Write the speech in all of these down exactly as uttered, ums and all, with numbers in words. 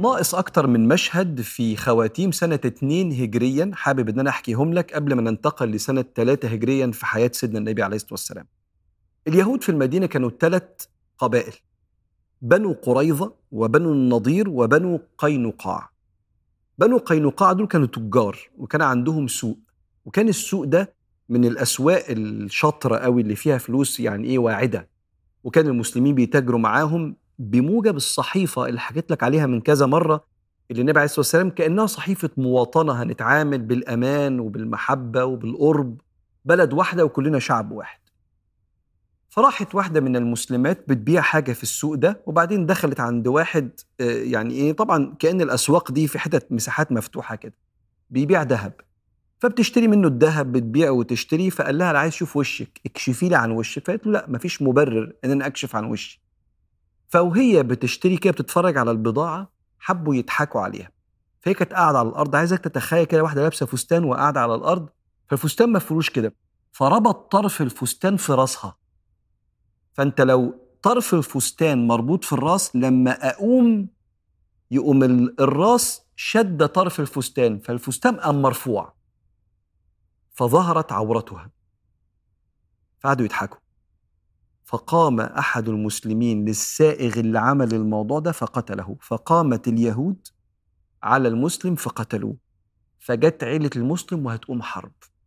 ناقص أكتر من مشهد في خواتيم سنة اتنين هجريا، حابب إن أنا أحكيهم لك قبل ما ننتقل لسنة تلاتة هجريا في حياة سيدنا النبي عليه الصلاة والسلام. اليهود في المدينة كانوا ثلاث قبائل: بنو قريظة وبنو النضير وبنو قينقاع. بنو قينقاع دول كانوا تجار وكان عندهم سوق، وكان السوق ده من الأسواق الشاطرة قوي اللي فيها فلوس، يعني إيه، واعدة. وكان المسلمين بيتاجروا معاهم بموجب الصحيفة اللي حكيت لك عليها من كذا مرة، اللي النبي عليه الصلاة والسلام كأنها صحيفة مواطنة، هنتعامل بالأمان وبالمحبة وبالقرب، بلد واحدة وكلنا شعب واحد. فراحت واحدة من المسلمات بتبيع حاجة في السوق ده، وبعدين دخلت عند واحد آه، يعني إيه، طبعا كأن الأسواق دي في حتت مساحات مفتوحة كده، بيبيع ذهب. فبتشتري منه الذهب، بتبيع وتشتري. فقال لها: أنا عايز أشوف وشك، اكشفي لي عن وشك. فقالت له: لا، مفيش مبرر إن أنا أكشف عن وشي. فوهي بتشتري كده بتتفرج على البضاعة، حبوا يضحكوا عليها. فهي كانت قاعدة على الأرض، عايزك تتخيل كده واحدة لابسة فستان وقاعدة على الأرض، فالفستان مفروش كده، فربط طرف الفستان في راسها. فأنت لو طرف الفستان مربوط في الراس، لما أقوم يقوم ال- الراس شد طرف الفستان، فالفستان قام مرفوع، فظهرت عورتها. فقعدوا يضحكوا. فقام أحد المسلمين للسائغ اللي عمل الموضوع ده فقتله. فقامت اليهود على المسلم فقتلوه. فجت عيلة المسلم وهتقوم حرب.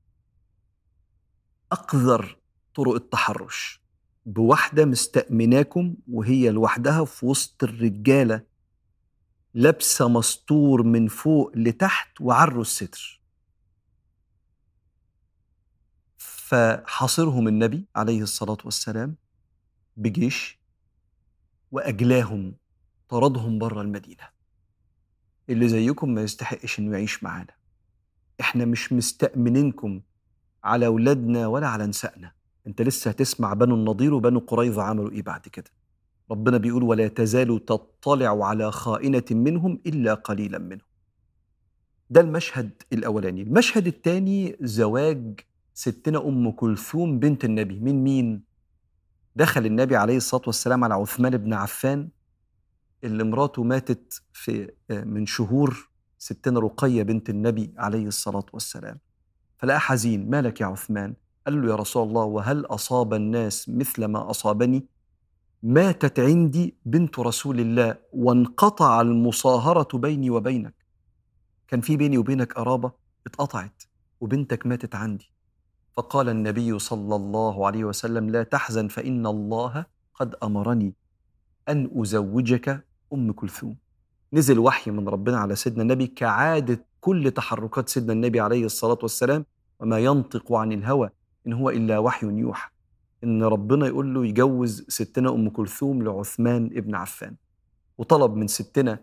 أقذر طرق التحرش بواحدة مستأمناكم وهي لوحدها في وسط الرجالة، لابسة مستور من فوق لتحت وعروا الستر. فحاصرهم النبي عليه الصلاة والسلام بجيش وأجلاهم، طردهم بره المدينة. اللي زيكم ما يستحقش إنه يعيش معانا، إحنا مش مستأمنينكم على أولادنا ولا على نسائنا. أنت لسه هتسمع بنو النضير وبنو قريظة عملوا إيه بعد كده. ربنا بيقول: ولا تزال تطلع على خائنة منهم إلا قليلا منهم. ده المشهد الأولاني. المشهد الثاني زواج ستنا أم كلثوم بنت النبي من مين؟ دخل النبي عليه الصلاة والسلام على عثمان بن عفان اللي مراته ماتت في من شهور، ستنا رقية بنت النبي عليه الصلاة والسلام. فلقى حزين: مالك يا عثمان؟ قال له: يا رسول الله، وهل أصاب الناس مثل ما أصابني؟ ماتت عندي بنت رسول الله وانقطع المصاهرة بيني وبينك. كان في بيني وبينك قرابة اتقطعت، وبنتك ماتت عندي. فقال النبي صلى الله عليه وسلم: لا تحزن، فإن الله قد أمرني أن أزوجك أم كلثوم. نزل وحي من ربنا على سيدنا النبي كعادة كل تحركات سيدنا النبي عليه الصلاة والسلام: وما ينطق عن الهوى إن هو إلا وحي يوحى. إن ربنا يقول له يجوز ستنا أم كلثوم لعثمان ابن عفان. وطلب من ستنا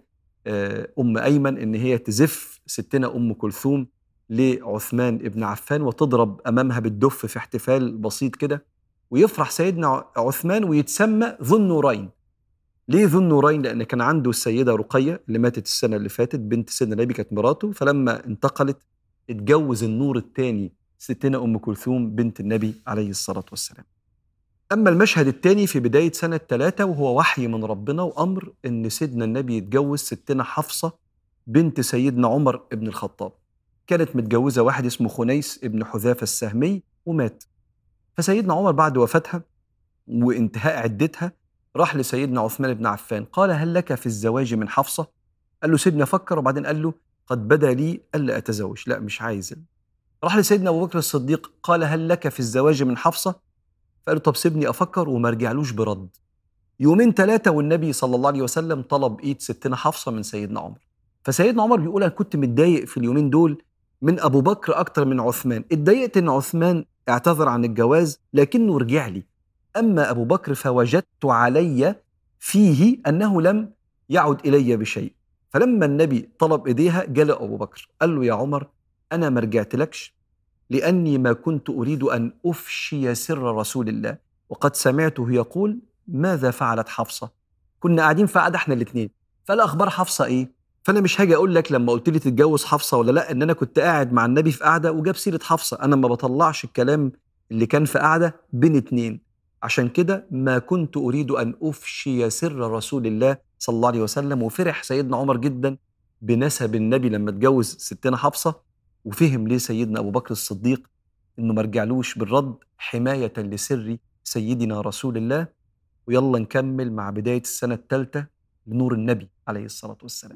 أم أيمن إن هي تزف ستنا أم كلثوم لعثمان ابن عفان وتضرب أمامها بالدف في احتفال بسيط كده، ويفرح سيدنا عثمان ويتسمى ذو النورين. ليه ذو النورين؟ لأن كان عنده السيدة رقية اللي ماتت السنة اللي فاتت، بنت سيدنا النبي، كانت مراته، فلما انتقلت اتجوز النور الثاني ستنا أم كلثوم بنت النبي عليه الصلاة والسلام. أما المشهد الثاني في بداية سنة ثلاثة، وهو وحي من ربنا وأمر إن سيدنا النبي يتجوز ستنا حفصة بنت سيدنا عمر ابن الخطاب. كانت متجوزة واحد اسمه خنيس ابن حذافة السهمي ومات. فسيدنا عمر بعد وفاتها وانتهاء عدتها راح لسيدنا عثمان بن عفان، قال: هل لك في الزواج من حفصة؟ قال له: سيدنا فكر، وبعدين قال له: قد بدا لي ألا أتزوج، لا مش عايز. راح لسيدنا أبو بكر الصديق، قال: هل لك في الزواج من حفصة؟ فقال له: طب سيبني أفكر، وما رجعلوش برد. يومين ثلاثة والنبي صلى الله عليه وسلم طلب إيد ستنا حفصة من سيدنا عمر. فسيدنا عمر بيقول: أنا كنت متضايق في اليومين دول من أبو بكر أكتر من عثمان. اتضايقت إن عثمان اعتذر عن الجواز لكنه رجع لي، أما أبو بكر فوجدت علي فيه أنه لم يعد إلي بشيء. فلما النبي طلب إيديها جاء أبو بكر قال له: يا عمر، أنا ما رجعتلكش لأني ما كنت أريد أن أفشي سر رسول الله، وقد سمعته يقول: ماذا فعلت حفصة؟ كنا قاعدين في قعدة احنا الاثنين، فلا أخبار حفصة إيه؟ فأنا مش هاجي أقول لك لما قلت لي تتجوز حفصة ولا لا، إن أنا كنت قاعد مع النبي في قعدة وجاب سيرة حفصة. أنا ما بطلعش الكلام اللي كان في قعدة بين اتنين، عشان كده ما كنت أريد أن أفشي سر رسول الله صلى الله عليه وسلم. وفرح سيدنا عمر جدا بنسب النبي لما اتجوز ستنا حفصة، وفهم ليه سيدنا أبو بكر الصديق إنه مرجعلوش بالرد حماية لسر سيدنا رسول الله. ويلا نكمل مع بداية السنة الثالثة لنور النبي عليه الصلاة والسلام.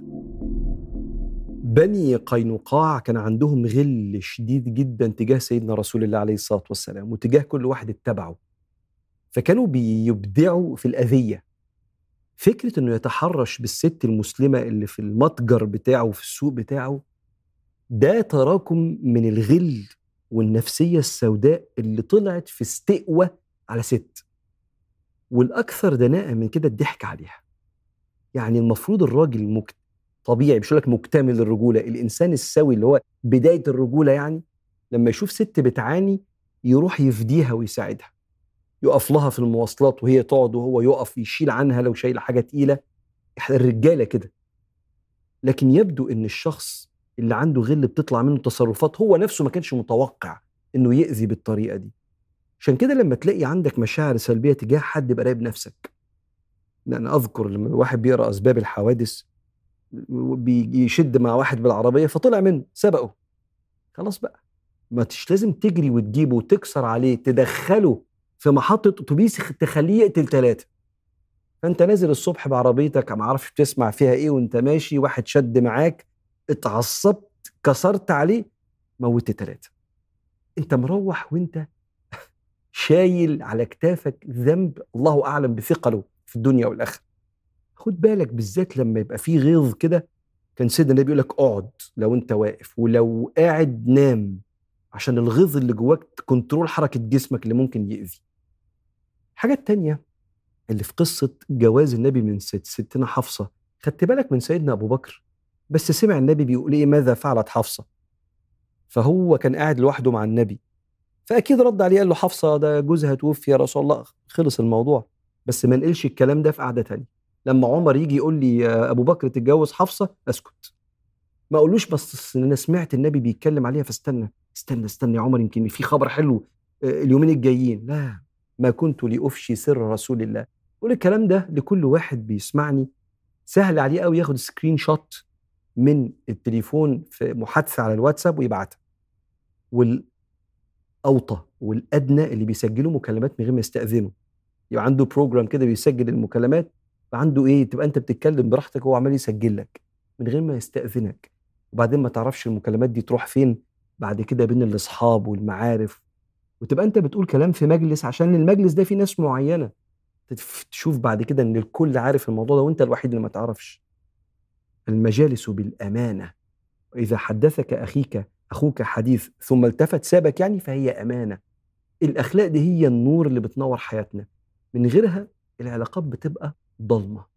بني قينقاع كان عندهم غل شديد جدا تجاه سيدنا رسول الله عليه الصلاة والسلام وتجاه كل واحد اتبعه، فكانوا بيبدعوا في الأذية. فكرة إنه يتحرش بالست المسلمة اللي في المتجر بتاعه وفي السوق بتاعه، ده تراكم من الغل والنفسية السوداء اللي طلعت في استقوى على ست. والأكثر دناءة من كده الضحك عليها. يعني المفروض الراجل مك... طبيعي، مش لك مكتمل الرجولة، الإنسان السوي اللي هو بداية الرجولة، يعني لما يشوف ست بتعاني يروح يفديها ويساعدها، يقف لها في المواصلات وهي تقعد وهو يقف يشيل عنها لو شايل حاجة تقيلة. احنا الرجالة كده. لكن يبدو ان الشخص اللي عنده غل بتطلع منه تصرفات هو نفسه ما كانش متوقع انه يأذي بالطريقة دي. عشان كده لما تلاقي عندك مشاعر سلبية تجاه حد براقب نفسك. لأن أذكر لما الواحد بيقرأ أسباب الحوادث بيشد مع واحد بالعربية فطلع منه سبقه، خلاص بقى ما تش لازم تجري وتجيبه وتكسر عليه تدخله في محطة أتوبيس تخليه يقتل ثلاثة. فأنت نازل الصبح بعربيتك ما عارفش تسمع فيها إيه، وأنت ماشي واحد شد معاك اتعصبت كسرت عليه موت ثلاثة. أنت مروح وأنت شايل على كتافك ذنب الله أعلم بثقله في الدنيا والآخرة. خد بالك بالذات لما يبقى فيه غيظ كده. كان سيدنا النبي يقول لك اقعد لو أنت واقف، ولو قاعد نام، عشان الغيظ اللي جواك كنترول حركة جسمك اللي ممكن يأذي. حاجة تانية اللي في قصة جواز النبي من ست ستنا حفصة، خدت بالك من سيدنا أبو بكر بس سمع النبي بيقول إيه ماذا فعلت حفصة، فهو كان قاعد لوحده مع النبي، فأكيد رد عليه قال له حفصة ده جوزها توفي يا رسول الله، خلص الموضوع. بس ما نقلش الكلام ده في قعدة تانية. لما عمر يجي يقول لي يا أبو بكر تتجوز حفصة أسكت، ما أقولوش بس أنا سمعت النبي بيتكلم عليها فاستنى استنى استنى يا عمر يمكن في خبر حلو اليومين الجايين. لا، ما كنت لأفشي سر رسول الله. قول الكلام ده لكل واحد بيسمعني، سهل عليه قوي ياخد سكرين شوت من التليفون في محادثة على الواتساب ويبعتها. والأوطى والأدنى اللي بيسجلوا مكالمات من غير ما يستأذنوا، يبقى عنده بروجرام كده بيسجل المكالمات، عنده ايه تبقى انت بتتكلم براحتك وهو عمال يسجل لك من غير ما يستأذنك، وبعدين ما تعرفش المكالمات دي تروح فين بعد كده بين الاصحاب والمعارف، وتبقى انت بتقول كلام في مجلس عشان المجلس ده فيه ناس معينة، تشوف بعد كده ان الكل عارف الموضوع ده وانت الوحيد اللي ما تعرفش. المجالس بالأمانة، إذا حدثك أخيك أخوك حديث ثم التفت سابك يعني فهي أمانة. الأخلاق دي هي النور اللي بتنور حياتنا، من غيرها العلاقات بتبقى ضلمة.